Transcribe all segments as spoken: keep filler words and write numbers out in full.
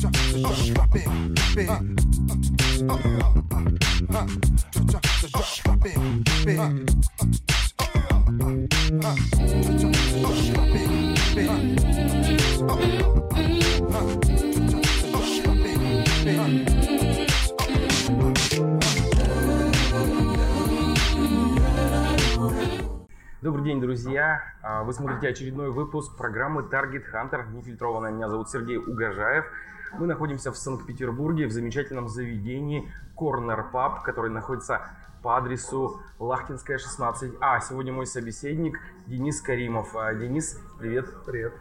Добрый день, друзья! Вы смотрите очередной выпуск программы Target Hunter. Нефильтрованная. Меня зовут Сергей Угожаев. Мы находимся в Санкт-Петербурге в замечательном заведении Corner Pub, который находится по адресу Лахтинская, шестнадцать А. Сегодня мой собеседник Денис Каримов. Денис, привет. Привет.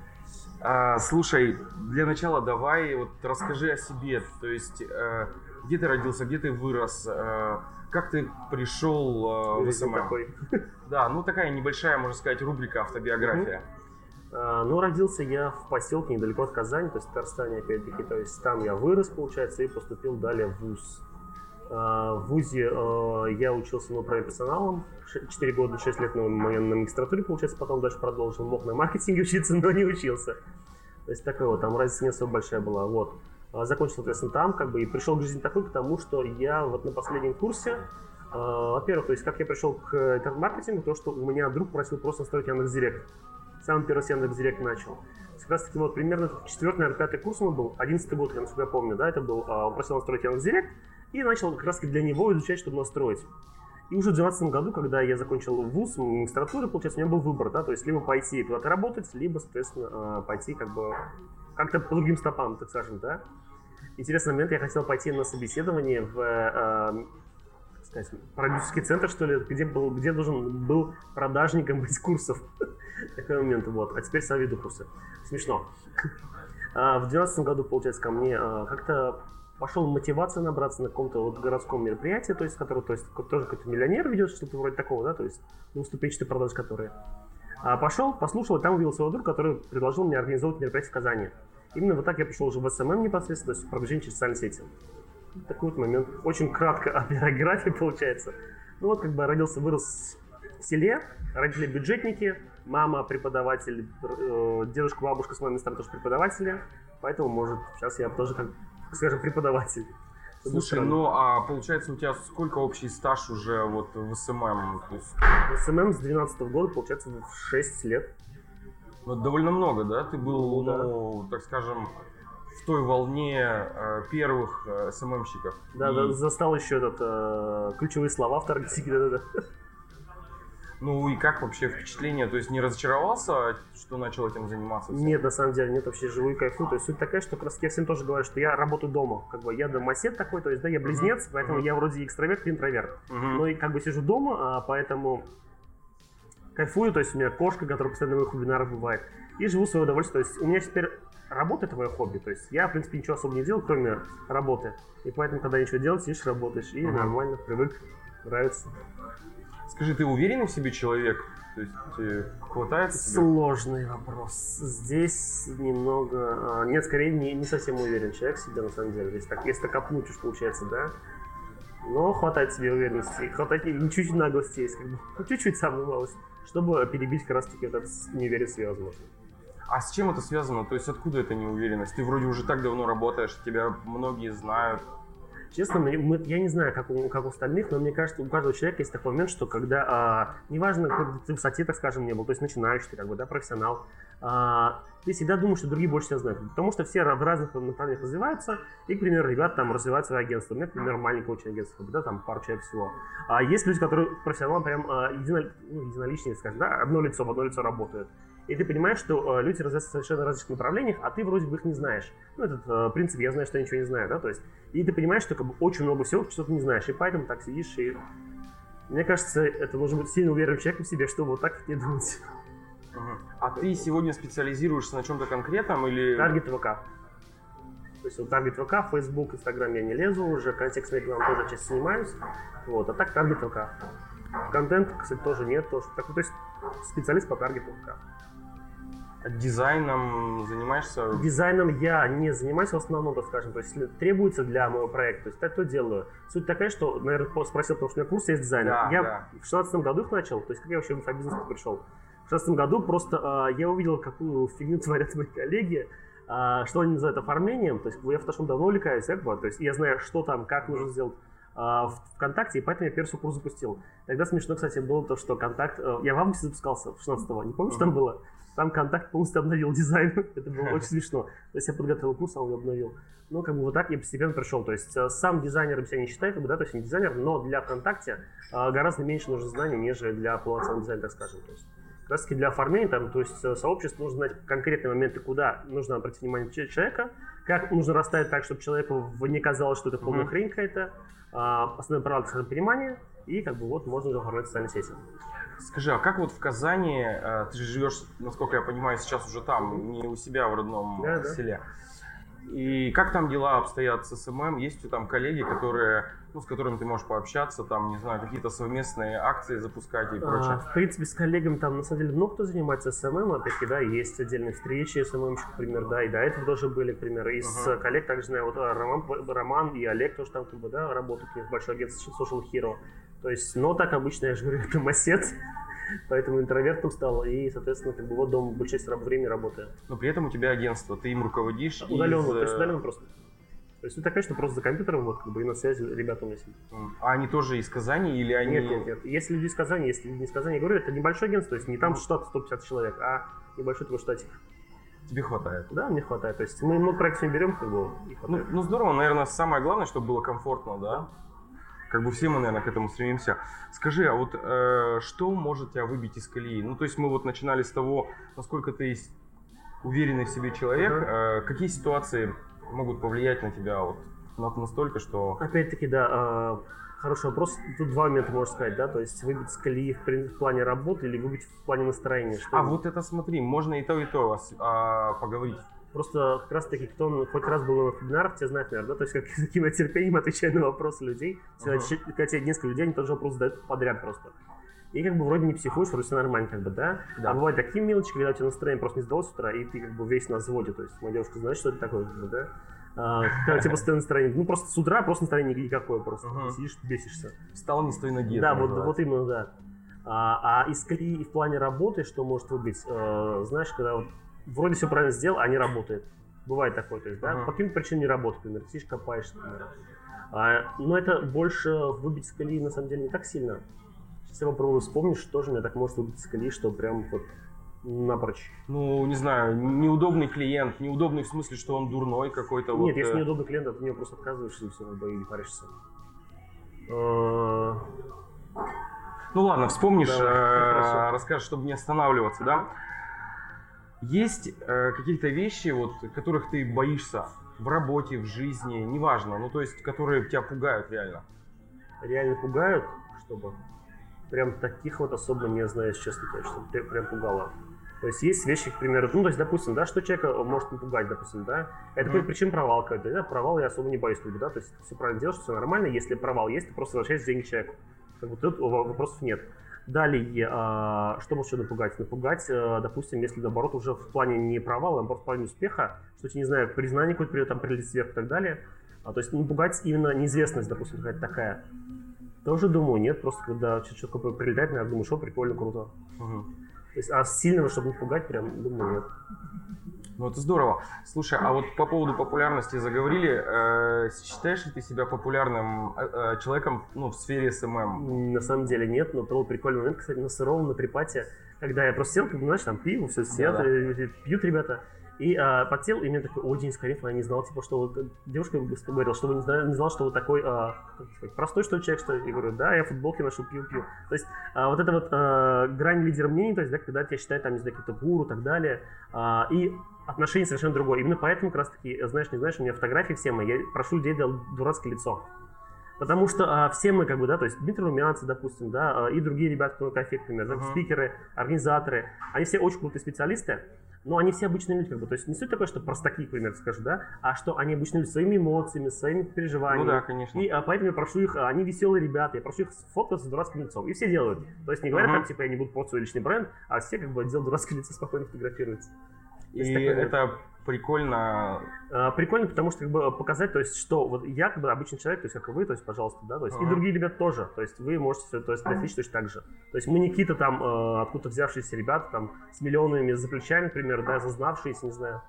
А, слушай, для начала давай вот расскажи о себе. То есть, где ты родился, где ты вырос, как ты пришел в СММ? Такой. Да, ну такая небольшая, можно сказать, рубрика автобиография. Mm-hmm. А, ну, родился я в поселке недалеко от Казани, то есть в Татарстане, опять-таки. То есть там я вырос, получается, и поступил далее в вуз. А, в вузе а, я учился на управлении персоналом. четыре года, шесть лет на, на магистратуре, получается, потом дальше продолжил. Мог на маркетинге учиться, но не учился. То есть такая вот, там разница не особо большая была. Вот. Закончил, соответственно, там, как бы, и пришел к жизни такой, потому что я вот на последнем курсе, э, во-первых, то есть, как я пришел к интернет-маркетингу, то, что у меня друг просил просто настроить Яндекс.Директ. Самый первый с Яндекс.Директ начал. Как раз таки, вот, примерно четвертый, наверное, пятый курс у меня был, одиннадцатый год, я, насколько я помню, да, это был, э, он просил настроить Яндекс.Директ, и начал как раз таки для него изучать, чтобы настроить. И уже в две тысячи двенадцатом году, когда я закончил вуз, магистратуру, получается, у меня был выбор, да, то есть, либо пойти куда-то работать, либо, соответственно, пойти, как бы, как-то по другим стопам, так скажем, да. Интересный момент, я хотел пойти на собеседование в э, сказать, продюсерский центр, что ли, где, был, где должен был продажником быть курсов. Такой момент, вот. А теперь сам веду курсы. Смешно. А, в две тысячи двенадцатом году, получается, ко мне а, как-то пошел мотивация набраться на каком-то вот городском мероприятии, то есть, который, то есть, тоже какой-то миллионер ведет, что-то вроде такого, да, то есть, двухступенчатые продажи, которые. А, пошел, послушал, и там увидел своего друга, который предложил мне организовать мероприятие в Казани. Именно вот так я пришел уже в СММ непосредственно, то есть в продвижение через социальные сети. Такой вот момент. Очень кратко о биографии получается. Ну вот как бы родился, вырос в селе, родители бюджетники, мама преподаватель, дедушка, бабушка с моей стороны тоже преподаватели, поэтому, может, сейчас я тоже, как скажем, преподаватель. Слушай, ну а получается у тебя сколько общий стаж уже вот в СММ? То есть... В СММ с две тысячи двенадцатого года, получается, в шесть лет. Ну, довольно много, да? Ты был, ну, ну, так скажем, в той волне э, первых э, СММщиков. Да, и... да, застал еще этот, э, ключевые слова в таргетинге, да-да-да. Ну и как вообще впечатление? То есть не разочаровался, что начал этим заниматься? Нет, на самом деле, нет, вообще живу и кайфую. То есть суть такая, что как раз я всем тоже говорю, что я работаю дома. Как бы я домосед такой, то есть да, я близнец, uh-huh. поэтому uh-huh. я вроде экстраверт и интроверт. Uh-huh. Но и как бы сижу дома, а, поэтому... Кайфую, то есть у меня кошка, которая постоянно на моих вебинарах бывает, и живу в свое удовольствие. То есть у меня теперь работа — это мое хобби, то есть я, в принципе, ничего особо не делал, кроме работы. И поэтому, когда ничего делать, сидишь, работаешь, и uh-huh. нормально, привык, нравится. Скажи, ты уверенный в себе человек? То есть тебе хватает себе? Сложный вопрос. Здесь немного... Нет, скорее, не, не совсем уверен человек в себе, на самом деле. Здесь так, если так копнуть уж получается, да. Но хватает себе уверенности, хватает чуть-чуть наглости есть, как бы, чуть-чуть самую малость, чтобы перебить как раз-таки этот неуверенность себе, возможно. А с чем это связано? То есть откуда эта неуверенность? Ты вроде уже так давно работаешь, тебя многие знают. Честно, мы, я не знаю, как у, как у остальных, но мне кажется, у каждого человека есть такой момент, что когда, а, неважно, какой ты в высоте, так скажем, не был, то есть начинающий, ты, как бы, да, профессионал, а, ты всегда думаешь, что другие больше тебя знают, потому что все в разных направлениях развиваются, и, к примеру, ребята там развивают свое агентство, у меня, к примеру, маленькое очень агентство, да, там пару человек всего. А есть люди, которые профессионалы прям а, едино, ну, единоличные, скажем, да, одно лицо в одно лицо работают. И ты понимаешь, что э, люди развиваются в совершенно различных направлениях, а ты вроде бы их не знаешь. Ну, этот э, принцип «я знаю, что я ничего не знаю», да, то есть. И ты понимаешь, что как бы очень много всего, что ты не знаешь, и поэтому так сидишь, и... Мне кажется, это нужно быть сильно уверенным человеком в себе, чтобы вот так не думать. Uh-huh. А ты сегодня специализируешься на чем-то конкретном или... Таргет ВК. То есть вот таргет ВК, Facebook, Instagram я не лезу уже, контекстной рекламой тоже часть занимаюсь. Вот, а так таргет ВК. Контент, кстати, тоже нет, тоже. Так, то есть специалист по таргету ВК. Дизайном занимаешься? Дизайном я не занимаюсь в основном, так скажем. То есть, если требуется для моего проекта, то есть так то делаю. Суть такая, что, наверное, спросил, потому что у меня курс есть дизайнер. Да, я да. в шестнадцатом году их начал, то есть как я вообще в инфобизнес пришел. В шестнадцатом году просто э, я увидел, какую фигню творят мои коллеги. А, что они называют оформлением, то есть я фотошопом давно увлекаюсь, как бы, то есть я знаю, что там, как нужно сделать а, в ВКонтакте, и поэтому я первый свой курс запустил. Тогда смешно, кстати, было то, что Контакт, я в августе запускался, шестнадцатого, не помню, что там было? Там Контакт полностью обновил дизайн, это было очень смешно. То есть я подготовил курс, а он его обновил. Ну, как бы вот так я постепенно пришел. То есть сам дизайнер себя не считает, как бы, да, то есть не дизайнер, но для ВКонтакте гораздо меньше нужно знаний, нежели для полноценного дизайна, так скажем. То есть, как раз таки для оформления, там, то есть сообщество нужно знать конкретные моменты, куда нужно обратить внимание человека, как нужно расставить так, чтобы человеку не казалось, что это полная mm-hmm. хрень какая-то, основное правило — понимание, и как бы вот можно уже оформлять социальные сети. Скажи, а как вот в Казани, ты же живешь, насколько я понимаю, сейчас уже там, не у себя в родном да, селе, и как там дела обстоят с эс эм эм? Есть у тебя там коллеги, которые, ну, с которыми ты можешь пообщаться, там, не знаю, какие-то совместные акции запускать и прочее? А, в принципе, с коллегами там, на самом деле, много кто занимается эс эм эм, опять-таки, да, есть отдельные встречи эс эм эм-щиков, например, да, и до этого тоже были, к примеру, из uh-huh. коллег также знаю, вот Роман, Роман и Олег тоже там, как бы, да, работают, у них большое агентство Social Hero, то есть, но так обычно, я же говорю, это массет. Поэтому интровертом стал, и, соответственно, как бы вот дома большую часть времени работаю. Но при этом у тебя агентство, ты им руководишь? Удаленно, из... то есть удаленно просто. То есть это, конечно, просто за компьютером, вот, как бы, и на связи ребята у меня сидят. А они тоже из Казани или они... Нет, нет, нет. Есть люди из Казани, есть люди не из Казани. Я говорю, это небольшое агентство, то есть не там штат сто пятьдесят человек, а небольшой такой штатик. Тебе хватает? Да, мне хватает. То есть мы много проектов не берем, как бы, и хватает. Ну, ну здорово, наверное, самое главное, чтобы было комфортно, да? Как бы все мы, наверное, к этому стремимся. Скажи, а вот э, что может тебя выбить из колеи? Ну, то есть мы вот начинали с того, насколько ты уверенный в себе человек. Uh-huh. Э, какие ситуации могут повлиять на тебя вот настолько, что... Опять-таки, да, э, хороший вопрос. Тут два момента, можно сказать, да? То есть выбить из колеи в, в плане работы или выбить в плане настроения. Что а вот это смотри, можно и то, и то а, поговорить. Просто как раз таки, кто хоть раз был на вебинарах, те знают, наверное, да, то есть как, каким я терпением отвечаю на вопросы людей. Uh-huh. Когда тебе несколько людей, они тот же вопрос задают подряд просто. И как бы вроде не психуешь, вроде все нормально, как бы, да? да. А бывают такие мелочи, когда у тебя настроение просто не сдалось с утра, и ты как бы весь на взводе. То есть моя девушка знает, что это такое, как бы, да? А, когда у тебя постоянное настроение, ну просто с утра просто настроение никакое просто. Uh-huh. Ты сидишь, бесишься. Встал не с той ноги. Да, вот, вот именно, да. А, а из колеи в плане работы, что может выбить, э, знаешь, когда вот вроде все правильно сделал, а не работает. Бывает такое, то есть, да, uh-huh. по каким-то причинам не работает, например, сидишь, копаешься, например. А, но это больше выбить из колеи, на самом деле, не так сильно. Сейчас я попробую вспомнить, что же меня так может выбить из колеи, что прям вот напрочь. Ну, не знаю, неудобный клиент, неудобный в смысле, что он дурной какой-то. Нет, вот, если э... неудобный клиент, то ты мне просто отказываешься и все, как бы, и не паришься. Ну ладно, вспомнишь, Давай, э, расскажешь, чтобы не останавливаться, да? Есть э, какие-то вещи, вот, которых ты боишься в работе, в жизни, неважно, ну то есть, которые тебя пугают реально? Реально пугают, чтобы? Прям таких вот особо не знаю, если честно, конечно, прям пугало. То есть есть вещи, к примеру, ну то есть, допустим, да, что человека может напугать, допустим, да, это mm-hmm. причин провал какой-то, да, провал я особо не боюсь, да, то есть все правильно делаешь, все нормально, если провал есть, ты просто возвращаешь деньги человеку, как бы тут вопросов нет. Далее, а, что может еще напугать? Напугать, а, допустим, если наоборот уже в плане не провала, а наоборот в плане успеха, что тебе, не знаю, признание какое-то придет, там прилетит сверху и так далее. А, то есть напугать именно неизвестность, допустим, какая-то такая. Тоже думаю, нет, просто когда что-то такое прилетает, я думаю, что прикольно, круто. Угу. То есть, а сильного, чтобы напугать, прям, думаю, нет. Ну, это здорово. Слушай, а вот по поводу популярности заговорили. Э, считаешь ли ты себя популярным э, человеком, ну, в сфере эс эм эм? На самом деле нет, но был прикольный момент, кстати, на сыром, на припате, когда я просто сел, как бы, знаешь, там пиво, все сидят, да, да. пьют ребята. И а, подсел, и мне такой, о, Денис Каримов, я не знал, типа, что вы, девушка говорила, что вы не знали, не знал, что вы такой, а, как сказать, простой, что ли, человек, что ли? Я говорю, да, я футболки ношу, пью-пью. То есть, а, вот это вот а, грань лидера мнений, то есть, да, когда тебя считают, там, не знаю, какие-то гуру и так далее, а, и отношение совершенно другое. Именно поэтому, как раз таки, знаешь, не знаешь, у меня фотографии все мои, я прошу людей делать дурацкое лицо. Потому что а, все мы, как бы, да, то есть Дмитрий Румянцев, допустим, да, и другие ребята, кто на кофе, например, да, uh-huh. спикеры, организаторы, они все очень крутые специалисты, но они все обычные люди, как бы, то есть не суть такое, что простаки, к примеру, скажу, да, а что они обычные люди своими эмоциями, своими переживаниями. Ну да, конечно. И а, поэтому я прошу их, они веселые ребята, я прошу их сфоткаться с дурацким лицом, и все делают. То есть не говорят, uh-huh. там, типа, я не буду портить свой личный бренд, а все, как бы, делают дурацкое лицо, спокойно фотографируются. И это вот прикольно. А, прикольно, потому что, как бы, показать, то есть, что вот я, как бы, обычный человек, то есть, как и вы, то есть, пожалуйста, да, то есть, uh-huh. и другие ребята тоже, то есть, вы можете все, то есть, достичь точно так же. То есть, мы не какие-то там, э, откуда взявшиеся ребята, там, с миллионами за плечами, например, да, зазнавшиеся, не знаю.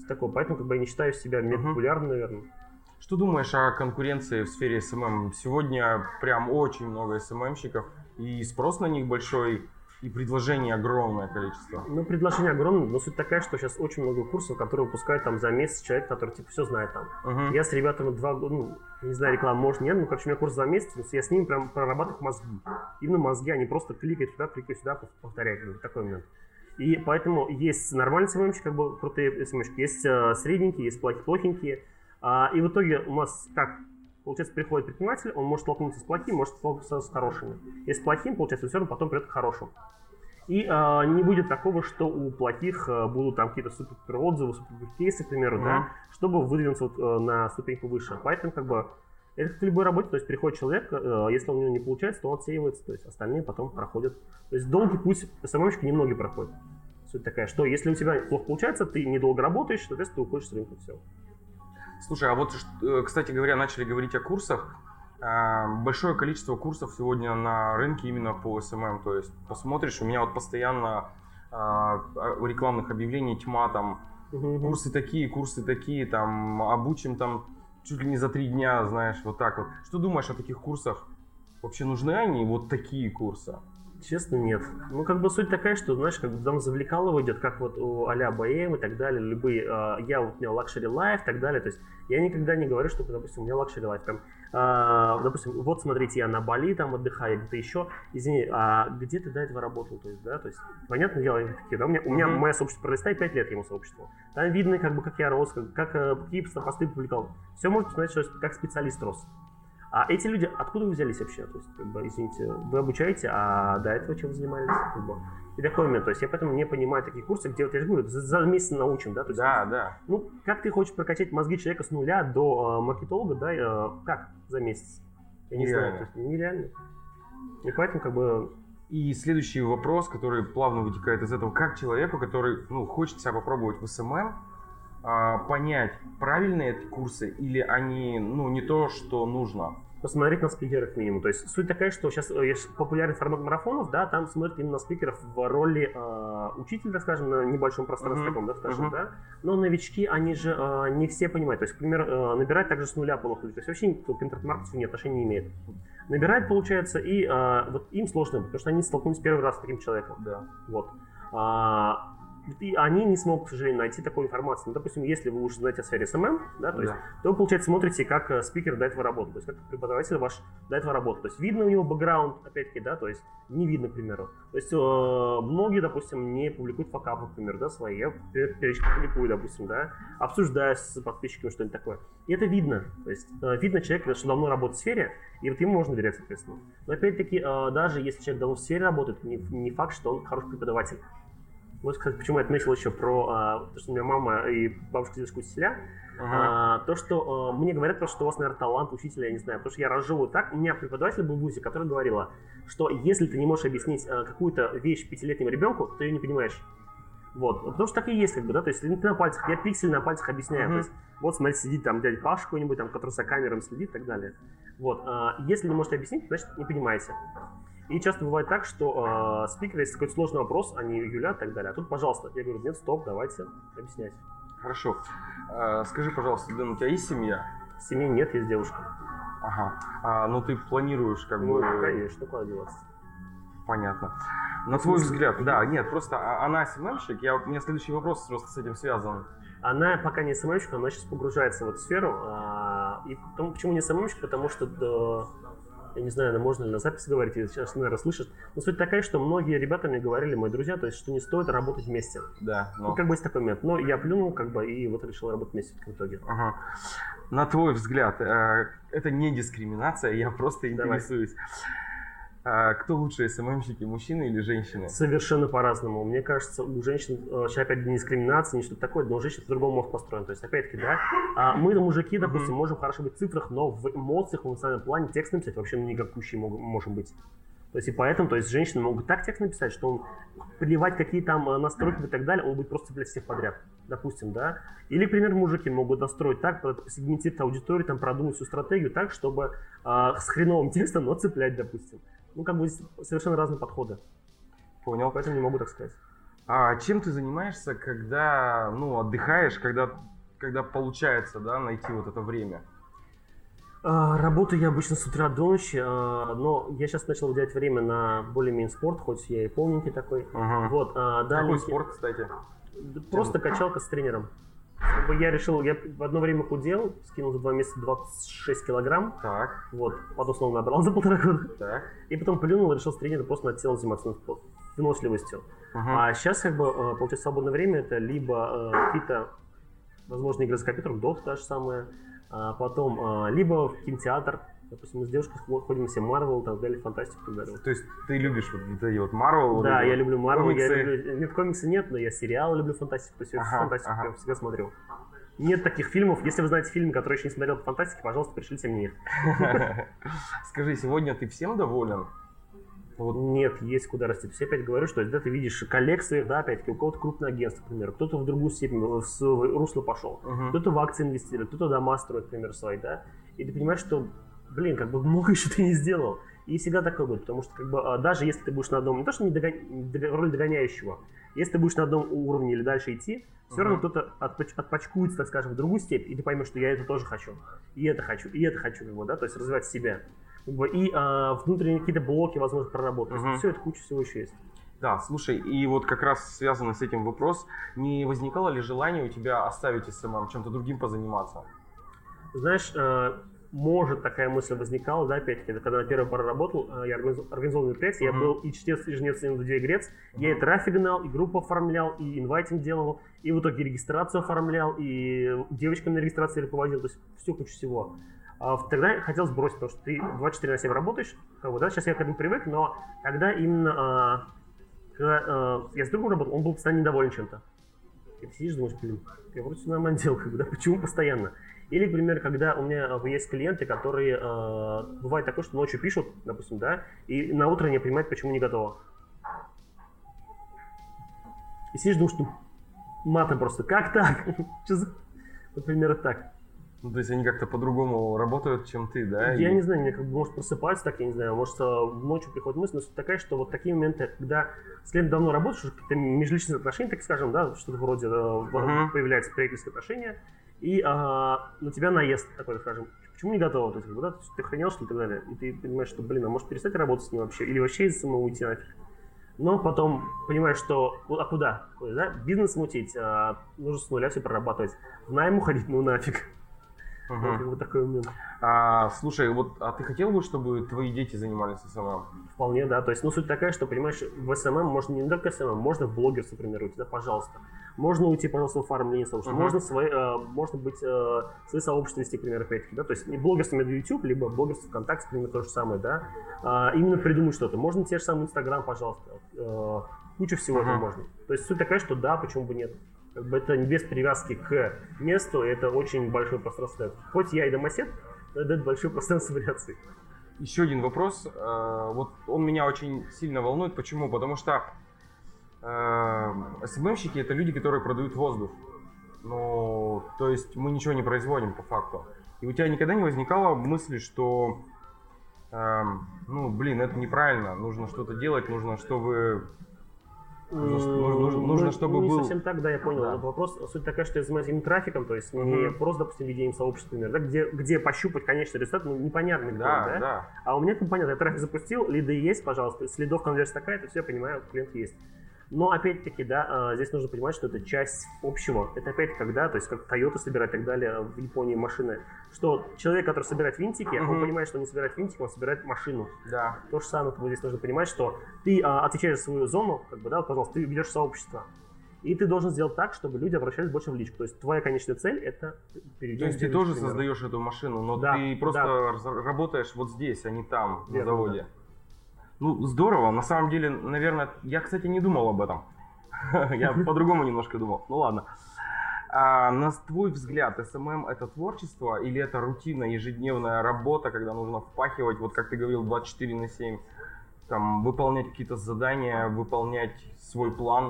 такое. Поэтому как бы я не считаю себя мега популярным, наверное. Что думаешь о конкуренции в сфере эс эм эм? Сегодня прям очень много эс эм эм-щиков, и спрос на них большой, и предложений огромное количество. Ну, предложение огромное, но суть такая, что сейчас очень много курсов, которые выпускают там за месяц человек, который типа все знает там. Uh-huh. Я с ребятами два года, ну, не знаю, реклама может нет, но, короче, у меня курс за месяц, я с ними прям прорабатываю мозги. Именно мозги, они просто кликают сюда, кликают сюда, повторяют, такой момент. И поэтому есть нормальные эс эм эм-щики, как бы крутые эс эм эм-щики, есть э, средненькие, есть плохенькие. А, и в итоге у нас как? Получается, приходит предприниматель, он может столкнуться с плохим, может столкнуться с хорошими. Если с плохим, получается, он все равно потом придет к хорошему. И э, не будет такого, что у плохих э, будут там какие-то супер отзывы, супер кейсы, к примеру, mm-hmm. да, чтобы выдвинуться вот, э, на ступеньку выше. Поэтому как бы это как в любой работе, то есть приходит человек, э, если у него не получается, то он отсеивается, то есть остальные потом проходят. То есть долгий путь эс эм эм-щики немногие проходят. Суть такая, что если у тебя плохо получается, ты недолго работаешь, соответственно, ты уходишь с рынка, все. Слушай, а вот, кстати говоря, начали говорить о курсах. Большое количество курсов сегодня на рынке именно по эс эм эм. То есть посмотришь, у меня вот постоянно у рекламных объявлений тьма, там uh-huh. курсы такие, курсы такие, там обучим там чуть ли не за три дня, знаешь, вот так вот. Что думаешь о таких курсах? Вообще нужны они, вот такие курсы? Честно, нет. Ну, как бы суть такая, что, знаешь, как бы там завлекалово идет, как вот у а-ля бэ эм и так далее, любые, э, я вот у меня luxury life и так далее, то есть я никогда не говорю, что, допустим, у меня luxury life, там, э, допустим, вот смотрите, я на Бали там отдыхаю, где-то еще, извини, а где ты до этого работал, то есть, да, то есть, понятное дело, такие, да, у меня, у меня mm-hmm. мое сообщество пролистает пять лет ему сообщество, там видно, как бы, как я рос, как, как какие посты публиковал, все можно посмотреть, что как специалист рос. А эти люди, откуда вы взялись вообще? То есть, как бы, извините, вы обучаете, а до этого чем вы занимались? Как бы? И такой момент. То есть я поэтому не понимаю такие курсы, где вот я же говорю, за, за месяц научим, да? То есть, да, да. Ну, как ты хочешь прокачать мозги человека с нуля до э, маркетолога, да? Э, как за месяц? Я не знаю. То есть, нереально. И поэтому как бы... И следующий вопрос, который плавно вытекает из этого, как человеку, который, ну, хочет себя попробовать в эс эм эм, э, понять, правильные эти курсы или они, ну, не то, что нужно? Посмотреть на спикеров минимум. То есть суть такая, что сейчас есть популярный формат марафонов, да, там смотрят именно на спикеров в роли э, учителя, так скажем, на небольшом пространстве uh-huh. таком, да, скажем, uh-huh. да. Но новички, они же э, не все понимают. То есть, например, э, набирать также с нуля полных людей. То есть вообще никто к интернет-маркетингу ни отношения не имеет. Набирает, получается, и э, вот им сложно, потому что они столкнулись первый раз с таким человеком. Да. Вот. А, и они не смогут, к сожалению, найти такую информацию. Ну, допустим, если вы уже знаете о сфере эс эм эм, да, то, да. Есть, то вы, получается, смотрите, как спикер до этого работает, то есть как преподаватель ваш до этого работает. То есть видно у него бэкграунд, опять-таки, да, то есть не видно, к примеру. То есть э, многие, допустим, не публикуют факапы, к примеру, да, свои. Я периодически публикую, допустим, да, обсуждаю с подписчиками что-нибудь такое. И это видно. То есть э, видно человека, что давно работает в сфере, и вот ему можно доверять, соответственно. Но опять-таки, э, даже если человек давно в сфере работает, не, не факт, что он хороший преподаватель. Вот, кстати, почему я отметил еще про а, то, что у меня мама и бабушка дедушка учителя. Uh-huh. А, то, что а, мне говорят, что у вас, наверное, талант учителя, я не знаю, потому что я разжевываю так. У меня преподаватель был в ВУЗе, который говорила, что если ты не можешь объяснить а, какую-то вещь пятилетнему ребенку, то ты ее не понимаешь. Вот. Потому что так и есть, как бы, да, то есть ты на пальцах, я пиксель на пальцах объясняю. Uh-huh. То есть, вот, смотрите, сидит там дядя Паша какой-нибудь, там, который за камерой следит и так далее. Вот. А, если не можете объяснить, значит, не понимаете. И часто бывает так, что э, спикер, если какой-то сложный вопрос, они юлят и так далее. А тут, пожалуйста, я говорю, нет, стоп, давайте объяснять. Хорошо. Э, скажи, пожалуйста, Дэн, у тебя есть семья? Семьи нет, есть девушка. Ага. А, ну ты планируешь как ну, бы... Ну, конечно, куда деваться. Понятно. На твой взгляд, да, нет, просто она эс эм эм-щик, я, у меня следующий вопрос просто с этим связан. Она пока не эс эм эм-щик, она сейчас погружается в эту сферу. А, и потому, почему не эс эм эм-щик? Потому что... Да, я не знаю, можно ли на записи говорить, или сейчас, наверное, слышишь. Но суть такая, что многие ребята мне говорили, мои друзья, то есть, что не стоит работать вместе. Да. Но... Ну, как бы есть такой момент. Но я плюнул, как бы, и вот решил работать вместе в итоге. Ага. На твой взгляд, это не дискриминация, я просто интересуюсь. А кто лучше, эс эм эм-щики, мужчины или женщины? Совершенно по-разному. Мне кажется, у женщин, сейчас опять не дискриминация, не что-то такое, но у женщин по-другому мозг построен. То есть, опять-таки, да, мы, мужики, допустим, mm-hmm. можем хорошо быть в цифрах, но в эмоциях, в эмоциональном плане текст написать вообще никакущий можем быть. То есть, и поэтому, то есть, женщины могут так текст написать, что он плевать, какие там настройки и так далее, он будет просто цеплять всех подряд, допустим, да. Или, например, мужики могут настроить так, сегментировать аудиторию, там, продумать всю стратегию так, чтобы э, с хреновым текстом, но цеплять, допустим. Ну, как бы здесь совершенно разные подходы. Понял. Поэтому не могу так сказать. А чем ты занимаешься, когда, ну, отдыхаешь, когда, когда получается, да, найти вот это время? А, работаю я обычно с утра до ночи, а, но я сейчас начал уделять время на более-менее спорт, хоть я и полненький такой. Ага. Вот, а, Какой далее- спорт, кстати? Просто качалка с тренером. Как бы Я решил, я в одно время худел, скинул за два месяца двадцать шесть килограмм, Так, вот, потом снова набрал за полтора года. так. И потом плюнул и решил с тренером просто над телом заниматься, ну, выносливостью. Ага. А сейчас, как бы, э, получается, свободное время это либо э, какие-то, возможно, игры за компьютером, Dota та же самая, а потом э, либо в кинотеатр, допустим, мы с девушкой ходим все Marvel, так далее, фантастику и так далее. То есть ты любишь вот эти вот Marvel? Да, вот я эти люблю Marvel, я комиксы? люблю... Нет, комиксы нет, но я сериалы люблю фантастику, то есть я Ага, фантастику ага. прям всегда смотрю. Нет таких фильмов, если вы знаете фильмы, которые еще не смотрел по фантастике, пожалуйста, пришлите мне их. Скажи, сегодня ты всем доволен? Вот. Нет, есть куда расти. То есть я опять говорю, что да, ты видишь коллег своих, да, опять-таки, у кого-то крупное агентство, к примеру, кто-то в другую степень, в с- в русло пошел, Мгм. кто-то в акции инвестирует, кто-то дома строит, к примеру, свои, да, и ты понимаешь, что, блин, как бы много еще ты не сделал. И всегда такое будет, потому что как бы а, даже если ты будешь на одном, не то что не догон- дого- роль догоняющего, если ты будешь на одном уровне или дальше идти, все равно Мгм. кто-то отпоч- отпочкуется, так скажем, в другую степь, и ты поймешь, что я это тоже хочу, и это хочу, и это хочу, как бы, да, то есть развивать себя. Как бы, и а, внутренние какие-то блоки, возможно, проработать. Мгм. Все это куча всего еще есть. Да, слушай, и вот как раз связанный с этим вопрос, не возникало ли желание у тебя оставить эс эм эм, чем-то другим позаниматься? Знаешь, э, может такая мысль возникала, да, опять-таки, это когда я первый пора работал, э, я организ- организовал мероприятие, Мгм. я был и чтец, и жнец, и индивидуальный я и трафик гнал, и группу оформлял, и инвайтинг делал, и в итоге регистрацию оформлял, и девочкам на регистрации руководил, то есть все куча всего. А в- тогда я хотел сбросить, потому что ты двадцать четыре на семь работаешь, как бы, да, сейчас я к этому привык, но когда именно, а, когда а, я с другом работал, он был постоянно недоволен чем-то. И ты сидишь, думаешь, блин, я вроде все нормально делал, как бы, да, почему постоянно? Или, к примеру, когда у меня э, есть клиенты, которые, э, бывает такое, что ночью пишут, допустим, да, и на утро не понимают, почему не готово. И сидишь, думаешь, что матом просто, как так? Что за... Например, так. Ну, то есть они как-то по-другому работают, чем ты, да? Я И- не знаю, мне как бы может просыпаться так, я не знаю, может э, ночью приходит мысль, но суть такая, что вот такие моменты, когда с клиентом давно работаешь, уже какие-то межличностные отношения, так скажем, да, что-то вроде э, Мгм. появляется приятельские отношения, и а, на тебя наезд такой, скажем, почему не готово, то есть, как бы, да, то есть ты охренел, что ли, и так далее, и ты понимаешь, что, блин, а может перестать работать с ним вообще, или вообще из самого уйти нафиг. Но потом понимаешь, что, ну, а куда? То есть, да, бизнес мутить, а, нужно с нуля все прорабатывать, в найм уходить, ну нафиг. Мгм. Вот, как бы такой момент. А, слушай, вот, а ты хотел бы, чтобы твои дети занимались эс эм эм? Вполне, да. То есть, ну, суть такая, что, понимаешь, в эс эм эм можно не только эс эм эм, можно в блогерство, например, уйти, да, пожалуйста. Можно уйти, пожалуйста, в оформление сообщества. Мгм. Можно, свои, э, можно быть, э, свои сообщества вести, к примеру, опять-таки, да. То есть, не блогерство в YouTube, либо блогерство ВКонтакте, к примеру, то же самое, да. А, именно придумать что-то. Можно те же самые Инстаграм, пожалуйста. Э, куча всего этого Мгм. можно. То есть, суть такая, что да, почему бы нет. Как бы это без привязки к месту, это очень большое пространство. Хоть я и домосед, но это большое пространство вариаций. Еще один вопрос. Э, Вот он меня очень сильно волнует. Почему? Потому что э, эс эм эм-щики это люди, которые продают воздух. Ну, то есть мы ничего не производим по факту. И у тебя никогда не возникало мысли, что эм, ну, блин, это неправильно, нужно что-то делать, нужно, чтобы Нужно, нужно- нужно- Ну, нужно, ну, чтобы не был... совсем так, да, я понял. Да. Но вопрос, суть такая, что я занимаюсь именно трафиком, то есть не Мгм. просто, допустим, ведением сообщества, например, да, где, где пощупать конечный результат, ну, непонятно где, Да, да? да. А у меня там понятно, я трафик запустил, лиды есть, пожалуйста, следов конверсии такая, то все, я понимаю, клиент есть. Но опять-таки, да, а, здесь нужно понимать, что это часть общего. Это опять когда, то есть как Toyota собирать и так далее в Японии машины, что человек, который собирает винтики, он Мгм. понимает, что он не собирает винтики, он собирает машину. Да. То же самое, вот здесь нужно понимать, что ты а, отвечаешь за свою зону, как бы, да, вот, пожалуйста, ты ведешь сообщество. И ты должен сделать так, чтобы люди обращались больше в личку. То есть твоя конечная цель — это То переведение есть ты в тоже личку, к примеру. создаешь эту машину, но Да, ты просто да. раз- работаешь вот здесь, а не там, Верно, на заводе. Ну, здорово. На самом деле, наверное, я, кстати, не думал об этом. Я по-другому немножко думал. Ну ладно. А на твой взгляд, эс эм эм это творчество или это рутина, ежедневная работа, когда нужно впахивать, вот как ты говорил, двадцать четыре на семь, там, выполнять какие-то задания, выполнять свой план?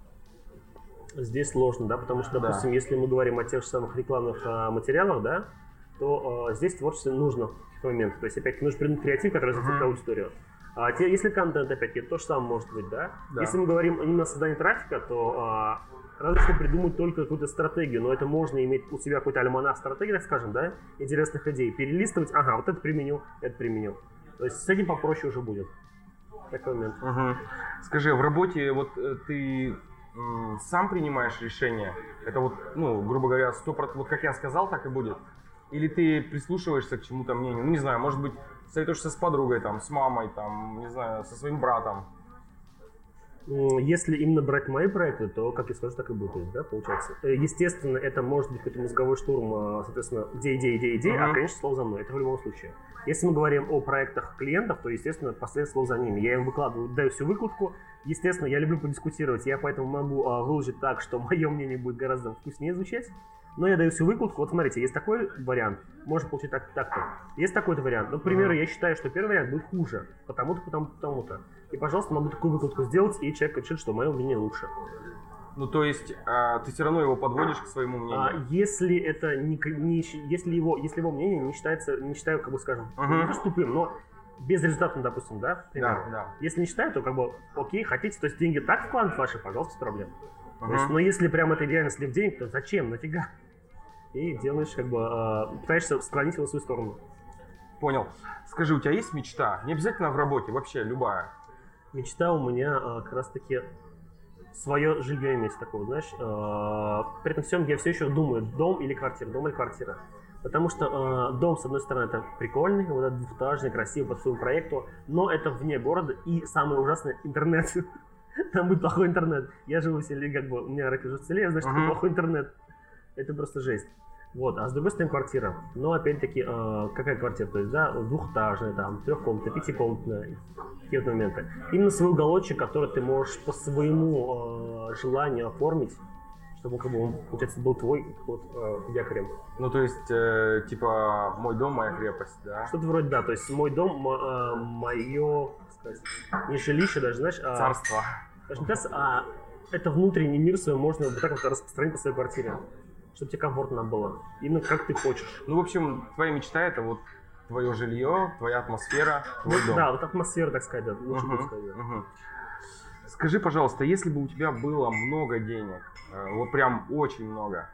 Здесь сложно, да, потому что, Да. допустим, если мы говорим о тех же самых рекламных а, материалах, да, то а, здесь творчество нужно в какой момент. То есть, опять-таки, нужно придумать креатив, который зацепит Мгм. аудиторию. А, те, если контент, опять-таки, то же самое может быть, да? Да. Если мы говорим именно о создании трафика, то а, разве что придумать только какую-то стратегию, но это можно иметь у себя какой-то альманах стратегий, так скажем, да, интересных идей, перелистывать, ага, вот это применю, это применю. То есть с этим попроще уже будет. Такой момент. Угу. Скажи, в работе вот ты м, сам принимаешь решения? Это вот, ну, грубо говоря, сто процентов, вот как я сказал, так и будет? Или ты прислушиваешься к чему-то мнению? Ну, не знаю, может быть, советуешься с подругой, там, с мамой, там, не знаю, со своим братом? Если именно брать мои проекты, то, как я скажу, так и будет, да, получается. Естественно, это может быть какой-то мозговой штурм, соответственно, где идея, идея, идея, uh-huh. а, конечно, слово за мной, это в любом случае. Если мы говорим о проектах клиентов, то, естественно, последнее слово за ними. Я им выкладываю, даю всю выкладку. Естественно, я люблю подискутировать, я поэтому могу а, выложить так, что мое мнение будет гораздо вкуснее звучать. Но я даю всю выкладку. Вот смотрите, есть такой вариант, можно получить так, так-то. Есть такой-то вариант. Ну, к примеру, я считаю, что первый вариант будет хуже, потому-то, потому-то, потому-то. И, пожалуйста, могу такую выкладку сделать, и человек решит, что мое мнение лучше. Ну, то есть, а, ты все равно его подводишь к своему мнению? А, если это не, не если его, если его мнение не считается, не считаю, как бы скажем, uh-huh. не тупым, но безрезультатным, допустим, да? Да, да. Если не считаю, то как бы окей, хотите, то есть деньги так вкладывать ваши, пожалуйста, без проблем. Uh-huh. То есть, но если прям это реально слив денег, то зачем, нафига? И делаешь, как бы, э, пытаешься склонить его в свою сторону. Понял. Скажи, у тебя есть мечта? Не обязательно в работе, вообще любая. Мечта у меня э, как раз таки свое жилье иметь такое, знаешь. Э, при этом всем я все еще думаю, дом или квартира, дом или квартира. Потому что э, дом, с одной стороны, это прикольный, вот этот двухэтажный, красивый, по своему проекту, но это вне города, и самое ужасное — интернет. Там будет плохой интернет. Я живу в селе, как бы, у меня родители живут в селе, я знаю, что uh-huh. плохой интернет. Это просто жесть. Вот, а с другой стороны квартира. Но опять-таки, э, какая квартира? То есть, да, двухэтажная, там, трехкомнатная, пятикомнатная, какие-то моменты. Именно свой уголочек, который ты можешь по своему э, желанию оформить, чтобы, как бы, он, получается, был твой вот, э, якорем. Ну, то есть, э, типа, мой дом, моя крепость, да? Что-то вроде, да, то есть, мой дом, э, мое, как сказать, не жилище даже, знаешь, а... Царство. Даже не кажется, а это внутренний мир свой можно вот так вот распространить по своей квартире. Чтобы тебе комфортно было. Именно как ты хочешь. Ну, в общем, твоя мечта — это вот твое жилье, твоя атмосфера, твой вот, дом. Да, вот атмосфера, так сказать, да, лучше uh-huh, сказать. Uh-huh. Скажи, пожалуйста, если бы у тебя было много денег, вот прям очень много,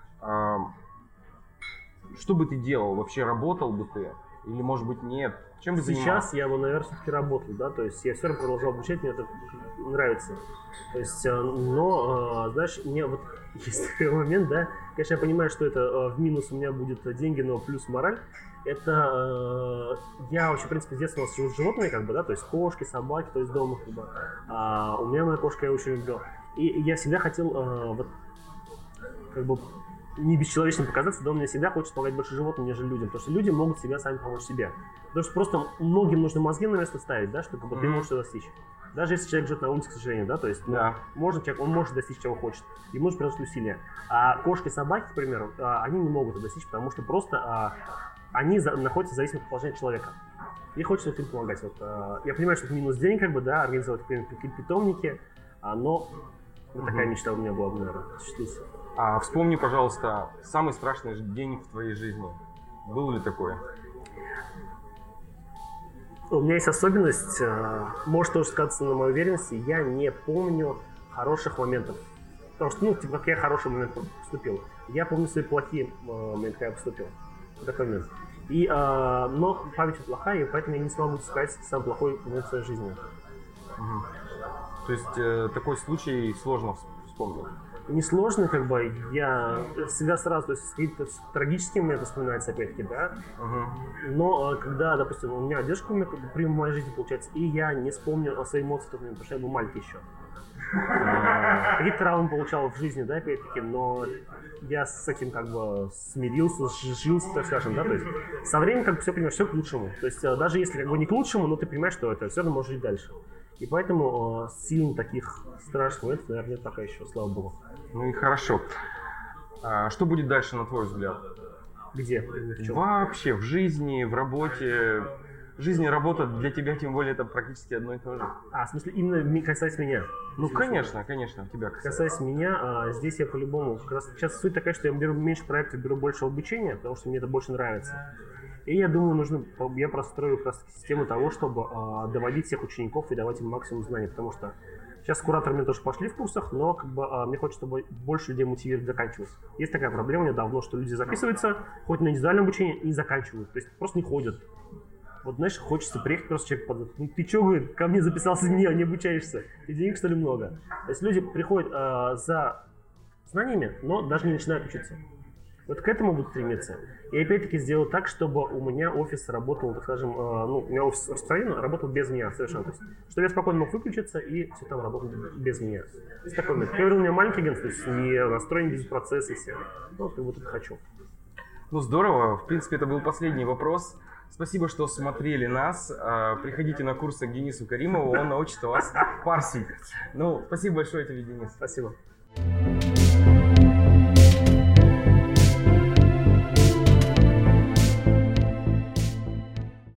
что бы ты делал? Вообще работал бы ты? Или, может быть, нет? Чем бы занимался? Сейчас я бы, наверное, все-таки работал, да, то есть я все равно продолжал обучать, мне это нравится. То есть, но, знаешь, мне вот есть такой момент, да, конечно, я понимаю, что это в минус у меня будет деньги, но плюс мораль. Это я вообще, в принципе, с детства живу с животными, как бы, да, то есть кошки, собаки, то есть дома, как бы. А у меня моя кошка, я очень люблю. И я всегда хотел, вот, как бы, не бесчеловечным показаться, да, он мне всегда хочет помогать больше животным, нежели людям, потому что люди могут себя сами помочь себе. Потому что просто многим нужно мозги на место ставить, да, чтобы mm-hmm. ты можешь это достичь. Даже если человек живет на улице, к сожалению, да, то есть yeah. ну, можно человек, он может достичь чего хочет, ему нужно приложить усилия. А кошки, собаки, к примеру, они не могут это достичь, потому что просто они находятся в зависимости от положения человека. И хочется вот им помогать. Вот, я понимаю, что это минус денег, как бы, да, организовать какие-то питомники, но вот такая mm-hmm. мечта у меня была бы, наверное, осуществиться. А вспомни, пожалуйста, самый страшный день в твоей жизни. Был ли такой? У меня есть особенность, может тоже сказаться на моей уверенности, я не помню хороших моментов. Потому что, ну, типа, как я хороший момент поступил. Я помню свои плохие моменты, когда я поступил. Такой момент. И, но память плохая, и поэтому я не смогу сказать самый плохой момент в своей жизни. Угу. То есть э, такой случай сложно вспомнить? Несложно, как бы, я всегда сразу, то есть какие-то трагические моменты вспоминаются опять-таки, да, uh-huh. но когда, допустим, у меня девушка умерла при моей жизни, получается, и я не вспомнил о своих эмоциях, потому что я был маленький еще. Uh-huh. Какие-то травмы получал в жизни, да, опять-таки, но я с этим как бы смирился, сжился, так скажем, да, то есть со временем как бы все понимаешь, все к лучшему, то есть даже если как бы не к лучшему, но ты понимаешь, что это все равно можешь жить дальше. И поэтому э, сильно таких страшных моментов, наверное, нет пока еще, слава богу. Ну и хорошо. А что будет дальше, на твой взгляд? Где? В Вообще, в жизни, в работе. жизнь и работа для тебя, тем более, это практически одно и то же. А, в смысле, именно ми- касаясь меня? Ну, конечно, конечно, тебя касается. Касаясь меня, а, здесь я по-любому, как раз сейчас суть такая, что я беру меньше проектов, беру больше обучения, потому что мне это больше нравится. И я думаю, нужно, я прострою как раз систему того, чтобы а, доводить всех учеников и давать им максимум знаний, потому что сейчас кураторы тоже пошли в курсах, но как бы, а, мне хочется, чтобы больше людей мотивировать заканчивать. Есть такая проблема недавно, что люди записываются, хоть на индивидуальное обучение, и заканчивают, то есть просто не ходят. Вот, знаешь, хочется приехать, просто человек подойдет. Ну ты чё, говорит, ко мне записался, не, не обучаешься? И денег, что ли, много? То есть люди приходят э, за знаниями, но даже не начинают учиться. Вот к этому будут стремиться. И опять-таки сделать так, чтобы у меня офис работал, так скажем, э, ну, у меня офис распространен, работал без меня совершенно. То есть, чтобы я спокойно мог выключиться и все там работало без меня. То есть такой момент. Я говорил, у меня маленький агентство, то есть не настроен без процесса и все. Ну, вот, вот это хочу. Ну, здорово. В принципе, это был последний вопрос. Спасибо, что смотрели нас. Приходите на курсы к Денису Каримову, он научит вас парсить. Ну, спасибо большое тебе, Денис. Спасибо.